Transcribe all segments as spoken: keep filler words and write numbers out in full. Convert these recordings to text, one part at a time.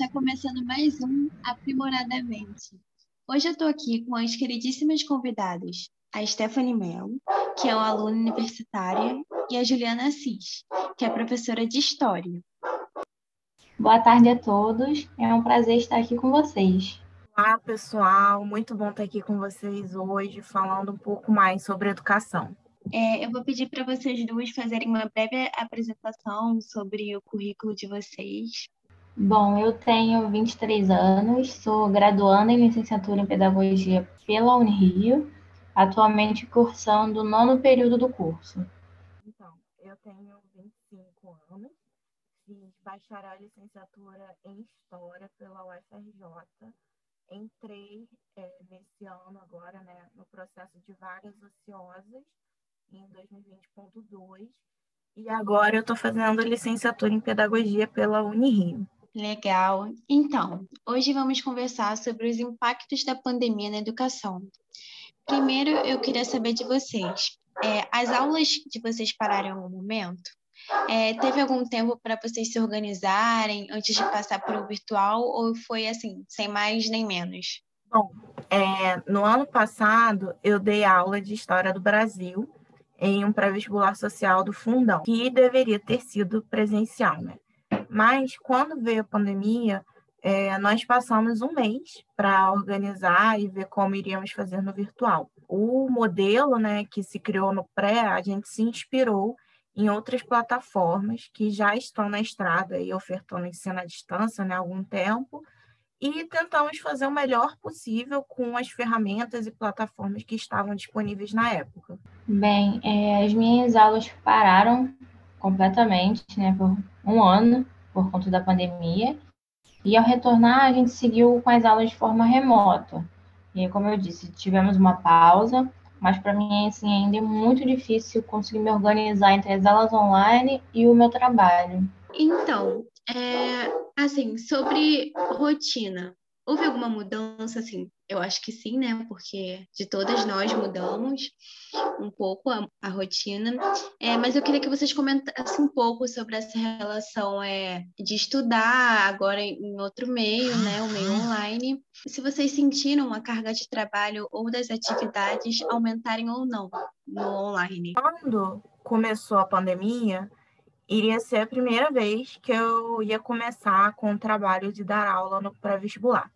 Está começando mais um Aprimoradamente. Hoje eu estou aqui com as queridíssimas convidadas, a Stephanie Mello, que é uma aluna universitária, e a Juliana Assis, que é professora de História. Boa tarde a todos, é um prazer estar aqui com vocês. Olá, pessoal, muito bom estar aqui com vocês hoje, falando um pouco mais sobre educação. É, eu vou pedir para vocês duas fazerem uma breve apresentação sobre o currículo de vocês. Bom, eu tenho vinte e três anos, sou graduanda em licenciatura em Pedagogia pela Unirio, atualmente cursando o nono período do curso. Então, eu tenho vinte e cinco anos, fiz bacharel e licenciatura em História pela U F R J, entrei é, nesse ano agora, né, no processo de vagas ociosas em dois mil e vinte ponto dois, e agora eu estou fazendo licenciatura em Pedagogia pela Unirio. Legal. Então, hoje vamos conversar sobre os impactos da pandemia na educação. Primeiro, eu queria saber de vocês. É, as aulas de vocês pararam em algum momento? É, teve algum tempo para vocês se organizarem antes de passar para o virtual ou foi assim, sem mais nem menos? Bom, é, no ano passado eu dei aula de História do Brasil em um pré-vestibular social do Fundão, que deveria ter sido presencial, né? Mas quando veio a pandemia, é, nós passamos um mês para organizar e ver como iríamos fazer no virtual. O modelo, né, que se criou no pré, a gente se inspirou em outras plataformas que já estão na estrada e ofertando ensino à distância, né, há algum tempo, e tentamos fazer o melhor possível com as ferramentas e plataformas que estavam disponíveis na época. Bem, é, as minhas aulas pararam completamente, né, por um ano, por conta da pandemia, e ao retornar a gente seguiu com as aulas de forma remota. E como eu disse, tivemos uma pausa, mas para mim assim, ainda é muito difícil conseguir me organizar entre as aulas online e o meu trabalho. Então, é, assim, sobre rotina, houve alguma mudança, assim? Eu acho que sim, né? Porque de todas nós mudamos um pouco a, a rotina. É, mas eu queria que vocês comentassem um pouco sobre essa relação é, de estudar agora em, em outro meio, né? O meio online. Se vocês sentiram a carga de trabalho ou das atividades aumentarem ou não no online. Quando começou a pandemia, iria ser a primeira vez que eu ia começar com o trabalho de dar aula no pré-vestibular.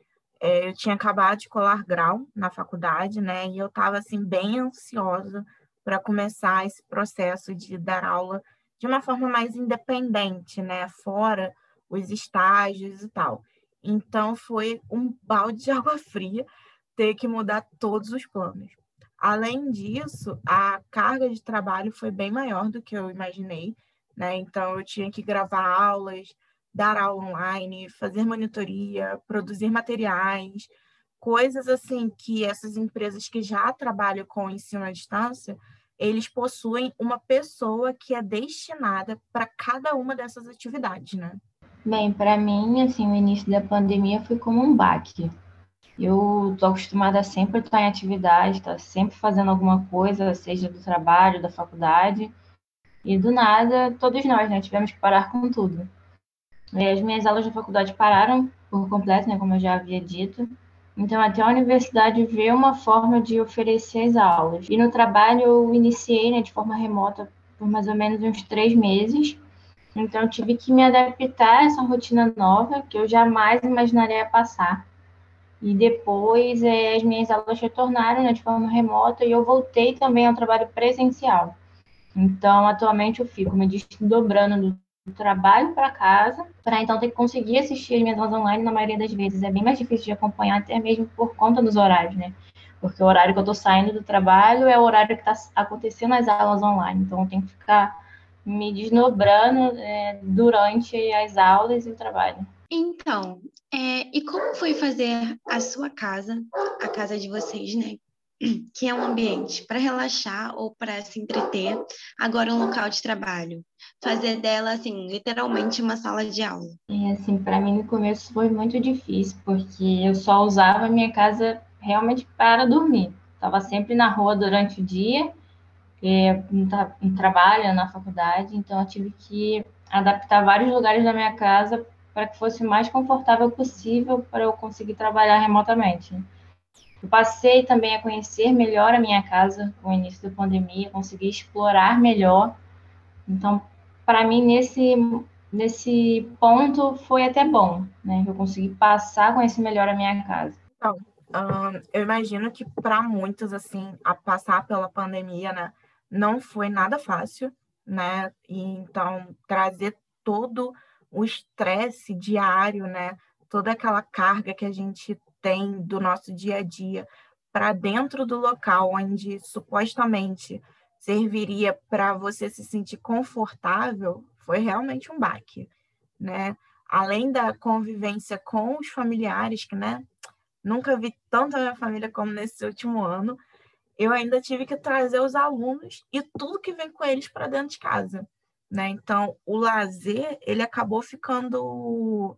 É, eu tinha acabado de colar grau na faculdade, né? E eu estava assim bem ansiosa para começar esse processo de dar aula de uma forma mais independente, né? Fora os estágios e tal. Então foi um balde de água fria ter que mudar todos os planos. Além disso, a carga de trabalho foi bem maior do que eu imaginei, né? Então eu tinha que gravar aulas, dar aula online, fazer monitoria, produzir materiais, coisas assim que essas empresas que já trabalham com ensino à distância, eles possuem uma pessoa que é destinada para cada uma dessas atividades, né? Bem, para mim, assim, o início da pandemia foi como um baque. Eu tô acostumada a sempre estar em atividade, estar sempre fazendo alguma coisa, seja do trabalho, da faculdade, e do nada, todos nós, né, tivemos que parar com tudo. E as minhas aulas da faculdade pararam por completo, né, como eu já havia dito. Então, até a universidade ver uma forma de oferecer as aulas. E no trabalho eu iniciei, né, de forma remota por mais ou menos uns três meses. Então, eu tive que me adaptar a essa rotina nova que eu jamais imaginaria passar. E depois é, as minhas aulas retornaram, né, de forma remota e eu voltei também ao trabalho presencial. Então, atualmente eu fico me desdobrando do trabalho para casa, para então ter que conseguir assistir as minhas aulas online na maioria das vezes. É bem mais difícil de acompanhar, até mesmo por conta dos horários, né? Porque o horário que eu estou saindo do trabalho é o horário que está acontecendo as aulas online. Então, eu tenho que ficar me desdobrando é, durante as aulas e o trabalho. Então, é, e como foi fazer a sua casa, a casa de vocês, né? Que é um ambiente para relaxar ou para se entreter, agora um local de trabalho. Fazer dela, assim, literalmente uma sala de aula. E assim, para mim no começo foi muito difícil, porque eu só usava a minha casa realmente para dormir. Estava sempre na rua durante o dia, é, no, no trabalho, na faculdade, então eu tive que adaptar vários lugares da minha casa para que fosse o mais confortável possível para eu conseguir trabalhar remotamente. Eu passei também a conhecer melhor a minha casa com o início da pandemia, consegui explorar melhor. Então, para mim, nesse, nesse ponto, foi até bom, né? Eu consegui passar a conhecer melhor a minha casa. Então, hum, eu imagino que para muitos, assim, a passar pela pandemia, né, não foi nada fácil, né? E então, trazer todo o estresse diário, né, toda aquela carga que a gente tem do nosso dia a dia para dentro do local onde supostamente serviria para você se sentir confortável, foi realmente um baque, né? Além da convivência com os familiares, que, né, nunca vi tanto a minha família como nesse último ano, eu ainda tive que trazer os alunos e tudo que vem com eles para dentro de casa, né? Então, o lazer, ele acabou ficando,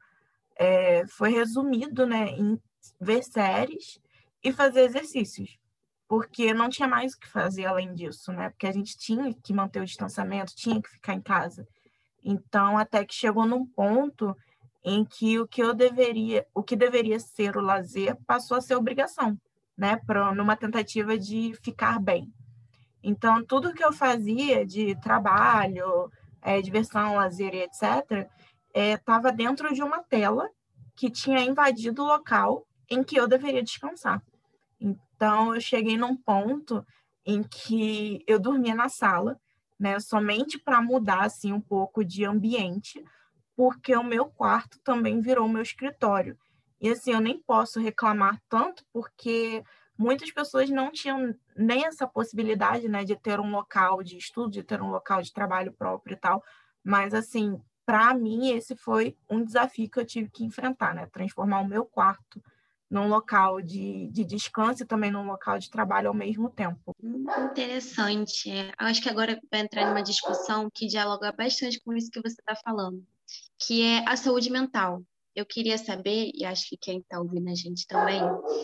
é, foi resumido, né, em ver séries e fazer exercícios, porque não tinha mais o que fazer além disso, né? Porque a gente tinha que manter o distanciamento, tinha que ficar em casa. Então, até que chegou num ponto em que o que eu deveria, o que deveria ser o lazer passou a ser obrigação, né? Pra, numa tentativa de ficar bem. Então, tudo que eu fazia de trabalho, é, diversão, lazer e etcétera, estava dentro de uma tela que tinha invadido o local em que eu deveria descansar. Então, eu cheguei num ponto em que eu dormia na sala, né, somente para mudar assim um pouco de ambiente, porque o meu quarto também virou meu escritório. E assim, eu nem posso reclamar tanto, porque muitas pessoas não tinham nem essa possibilidade, né, de ter um local de estudo, de ter um local de trabalho próprio e tal. Mas assim, para mim esse foi um desafio que eu tive que enfrentar, né, transformar o meu quarto num local de, de descanso e também num local de trabalho ao mesmo tempo. Interessante. É, eu acho que agora vai entrar numa discussão que dialoga bastante com isso que você está falando, que é a saúde mental. Eu queria saber, e acho que quem está ouvindo a gente também,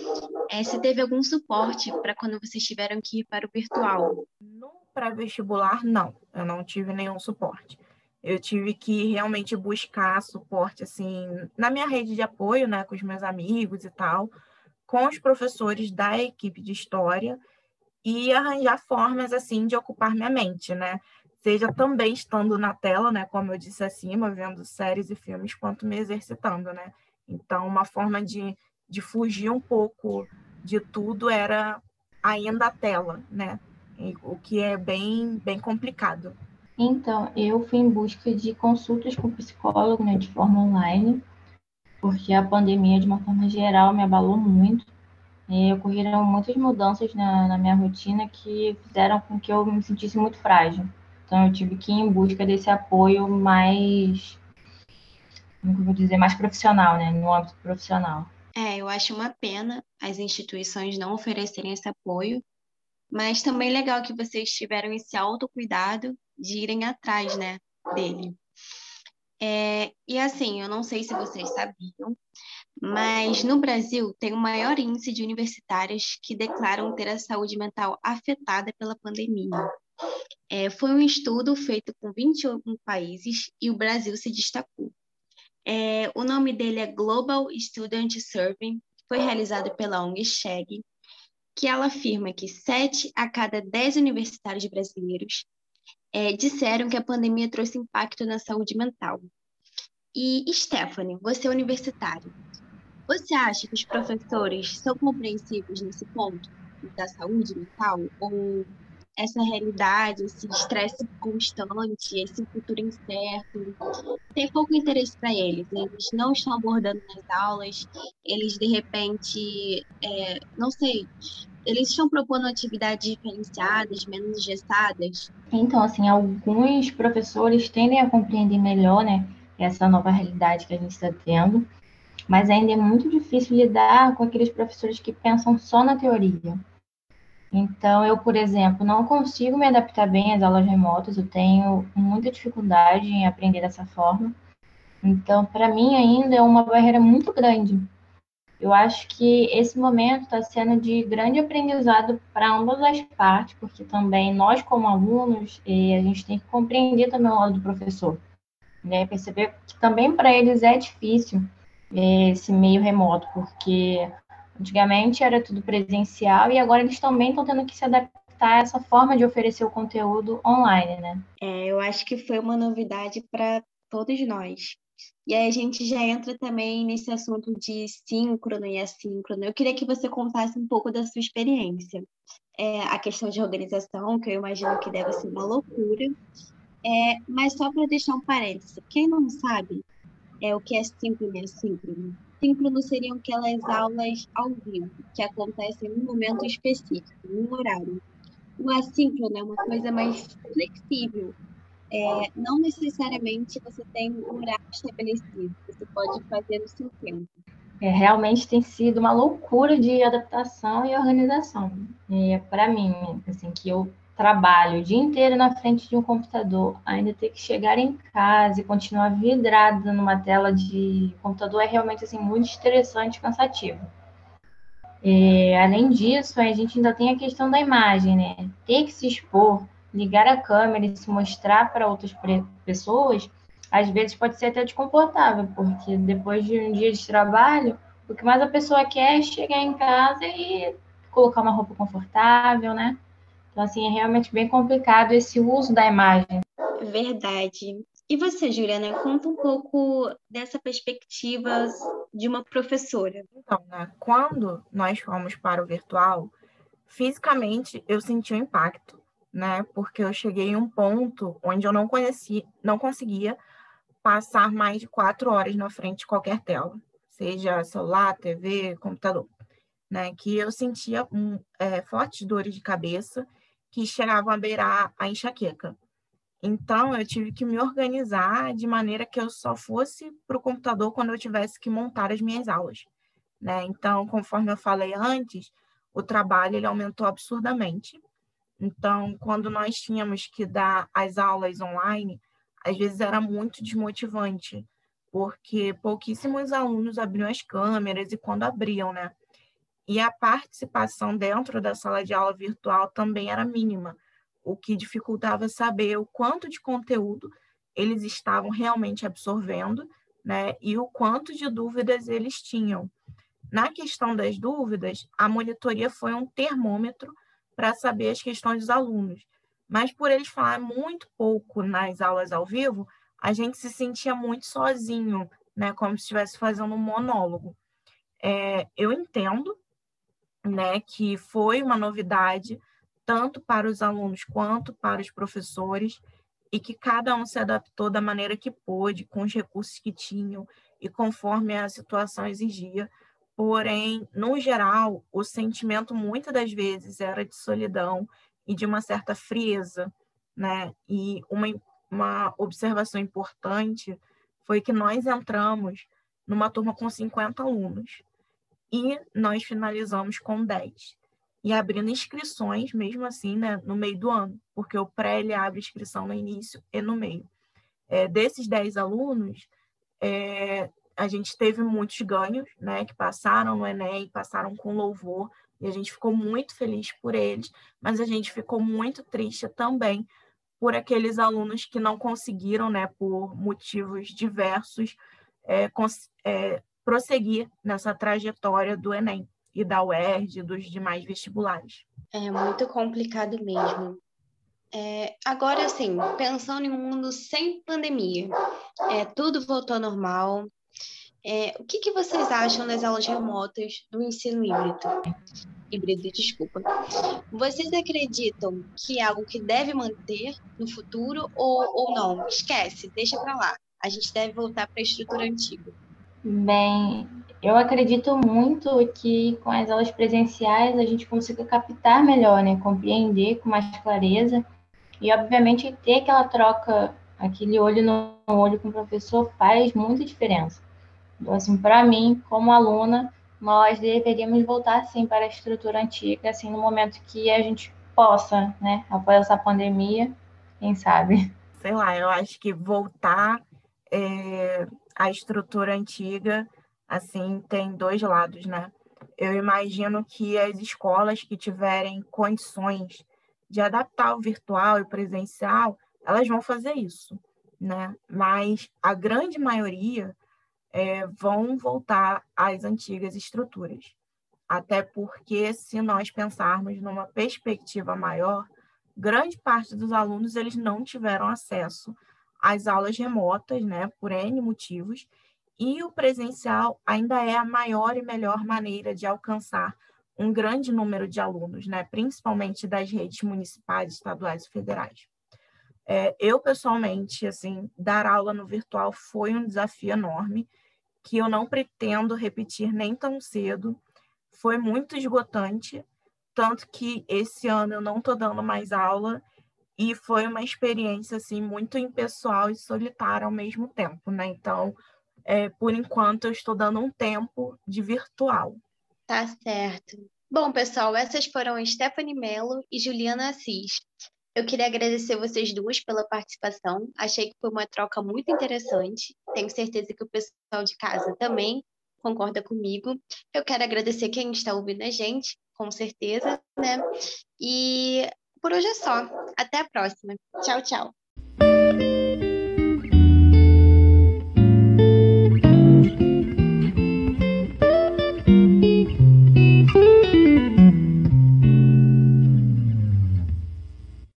é se teve algum suporte para quando vocês tiveram que ir para o virtual. No pré-vestibular, não. Eu não tive nenhum suporte. Eu tive que realmente buscar suporte, assim, na minha rede de apoio, né, com os meus amigos e tal, com os professores da equipe de história e arranjar formas, assim, de ocupar minha mente, né? Seja também estando na tela, né, como eu disse acima, vendo séries e filmes, quanto me exercitando, né? Então, uma forma de, de fugir um pouco de tudo era ainda a tela, né? O que é bem, bem complicado. Então, eu fui em busca de consultas com psicólogo, né, de forma online, porque a pandemia, de uma forma geral, me abalou muito. E ocorreram muitas mudanças na, na minha rotina que fizeram com que eu me sentisse muito frágil. Então, eu tive que ir em busca desse apoio mais, como que eu vou dizer, mais profissional, né, no âmbito profissional. É, eu acho uma pena as instituições não oferecerem esse apoio, mas também legal que vocês tiveram esse autocuidado de irem atrás, né, dele. É, e assim, eu não sei se vocês sabiam, mas no Brasil tem o maior índice de universitárias que declaram ter a saúde mental afetada pela pandemia. É, foi um estudo feito com vinte e um países e o Brasil se destacou. É, o nome dele é Global Student Survey, foi realizado pela O N G Chegg, que ela afirma que sete a cada dez universitários brasileiros é, disseram que a pandemia trouxe impacto na saúde mental. E, Stephanie, você é universitária. Você acha que os professores são compreensivos nesse ponto da saúde mental? Ou essa realidade, esse estresse constante, esse futuro incerto, tem pouco interesse para eles? Eles não estão abordando nas aulas, eles, de repente, é, não sei, eles estão propondo atividades diferenciadas, menos engessadas? Então, assim, alguns professores tendem a compreender melhor, né, essa nova realidade que a gente está tendo, mas ainda é muito difícil lidar com aqueles professores que pensam só na teoria. Então, eu, por exemplo, não consigo me adaptar bem às aulas remotas, eu tenho muita dificuldade em aprender dessa forma. Então, para mim, ainda é uma barreira muito grande. Eu acho que esse momento está sendo de grande aprendizado para ambas as partes, porque também nós, como alunos, a gente tem que compreender também o lado do professor. né? Perceber que também para eles é difícil esse meio remoto, porque antigamente era tudo presencial e agora eles também estão tendo que se adaptar a essa forma de oferecer o conteúdo online, né? É, eu acho que foi uma novidade para todos nós. E aí a gente já entra também nesse assunto de síncrono e assíncrono. Eu queria que você contasse um pouco da sua experiência. É, a questão de organização, que eu imagino que deve ser uma loucura. É, mas só para deixar um parêntese, quem não sabe é o que é síncrono e assíncrono. Síncrono seriam aquelas aulas ao vivo, que acontecem em um momento específico, em um horário. O assíncrono é uma coisa mais flexível. É, não necessariamente você tem um horário estabelecido, você pode fazer no seu tempo. É, realmente tem sido uma loucura de adaptação e organização. É, para mim, assim, que eu trabalho o dia inteiro na frente de um computador, ainda ter que chegar em casa e continuar vidrada numa tela de computador é realmente assim, muito estressante e cansativo. É, além disso, a gente ainda tem a questão da imagem, né? Ter que se expor, ligar a câmera e se mostrar para outras pessoas, às vezes pode ser até desconfortável, porque depois de um dia de trabalho, o que mais a pessoa quer é chegar em casa e colocar uma roupa confortável, né? Então, assim, é realmente bem complicado esse uso da imagem. Verdade. E você, Juliana, conta um pouco dessa perspectiva de uma professora. Então, né, quando nós fomos para o virtual, fisicamente eu senti um impacto, né? Porque eu cheguei em um ponto onde eu não conheci, não conseguia passar mais de quatro horas na frente de qualquer tela, seja celular, T V, computador, né? Que eu sentia um, é, fortes dores de cabeça que chegavam a beirar a enxaqueca. Então, eu tive que me organizar de maneira que eu só fosse para o computador quando eu tivesse que montar as minhas aulas, né? Então, conforme eu falei antes, o trabalho ele aumentou absurdamente. Então, quando nós tínhamos que dar as aulas online, às vezes era muito desmotivante, porque pouquíssimos alunos abriam as câmeras e quando abriam, né? E a participação dentro da sala de aula virtual também era mínima, o que dificultava saber o quanto de conteúdo eles estavam realmente absorvendo, né? E o quanto de dúvidas eles tinham. Na questão das dúvidas, a monitoria foi um termômetro para saber as questões dos alunos. Mas por eles falar muito pouco nas aulas ao vivo, a gente se sentia muito sozinho, né? Como se estivesse fazendo um monólogo. É, eu entendo, né, que foi uma novidade tanto para os alunos quanto para os professores e que cada um se adaptou da maneira que pôde, com os recursos que tinham e conforme a situação exigia. Porém, no geral, o sentimento muitas das vezes era de solidão e de uma certa frieza, né? E uma, uma observação importante foi que nós entramos numa turma com cinquenta alunos e nós finalizamos com dez. E abrindo inscrições, mesmo assim, né, no meio do ano, porque o pré ele abre inscrição no início e no meio. É, desses dez alunos, é, a gente teve muitos ganhos, né, que passaram no Enem, passaram com louvor, e a gente ficou muito feliz por eles, mas a gente ficou muito triste também por aqueles alunos que não conseguiram, né, por motivos diversos, é, é, prosseguir nessa trajetória do Enem e da U E R J e dos demais vestibulares. É muito complicado mesmo. É, agora, assim, pensando em um mundo sem pandemia, é, tudo voltou ao normal. É, o que, que vocês acham das aulas remotas do ensino híbrido? Híbrido, desculpa. Vocês acreditam que é algo que deve manter no futuro ou, ou não? Esquece, deixa para lá. A gente deve voltar para a estrutura antiga. Bem, eu acredito muito que com as aulas presenciais a gente consiga captar melhor, né? Compreender com mais clareza e, obviamente, ter aquela troca, aquele olho no olho com o professor faz muita diferença. Então, assim, para mim, como aluna, nós deveríamos voltar, sim, para a estrutura antiga, assim, no momento que a gente possa, né? Após essa pandemia, quem sabe? Sei lá, eu acho que voltar é, à estrutura antiga, assim, tem dois lados, né? Eu imagino que as escolas que tiverem condições de adaptar o virtual e o presencial, elas vão fazer isso, né? Mas a grande maioria é, vão voltar às antigas estruturas. Até porque, se nós pensarmos numa perspectiva maior, grande parte dos alunos eles não tiveram acesso às aulas remotas, né, por N motivos, e o presencial ainda é a maior e melhor maneira de alcançar um grande número de alunos, né, principalmente das redes municipais, estaduais e federais. É, eu, pessoalmente, assim, dar aula no virtual foi um desafio enorme, que eu não pretendo repetir nem tão cedo. Foi muito esgotante, tanto que esse ano eu não estou dando mais aula, e foi uma experiência assim, muito impessoal e solitária ao mesmo tempo, né? Então, é, por enquanto, eu estou dando um tempo de virtual. Tá certo. Bom, pessoal, essas foram Stephanie Mello e Juliana Assis. Eu queria agradecer vocês duas pela participação. Achei que foi uma troca muito interessante. Tenho certeza que o pessoal de casa também concorda comigo. Eu quero agradecer quem está ouvindo a gente, com certeza, né? E por hoje é só. Até a próxima. Tchau, tchau.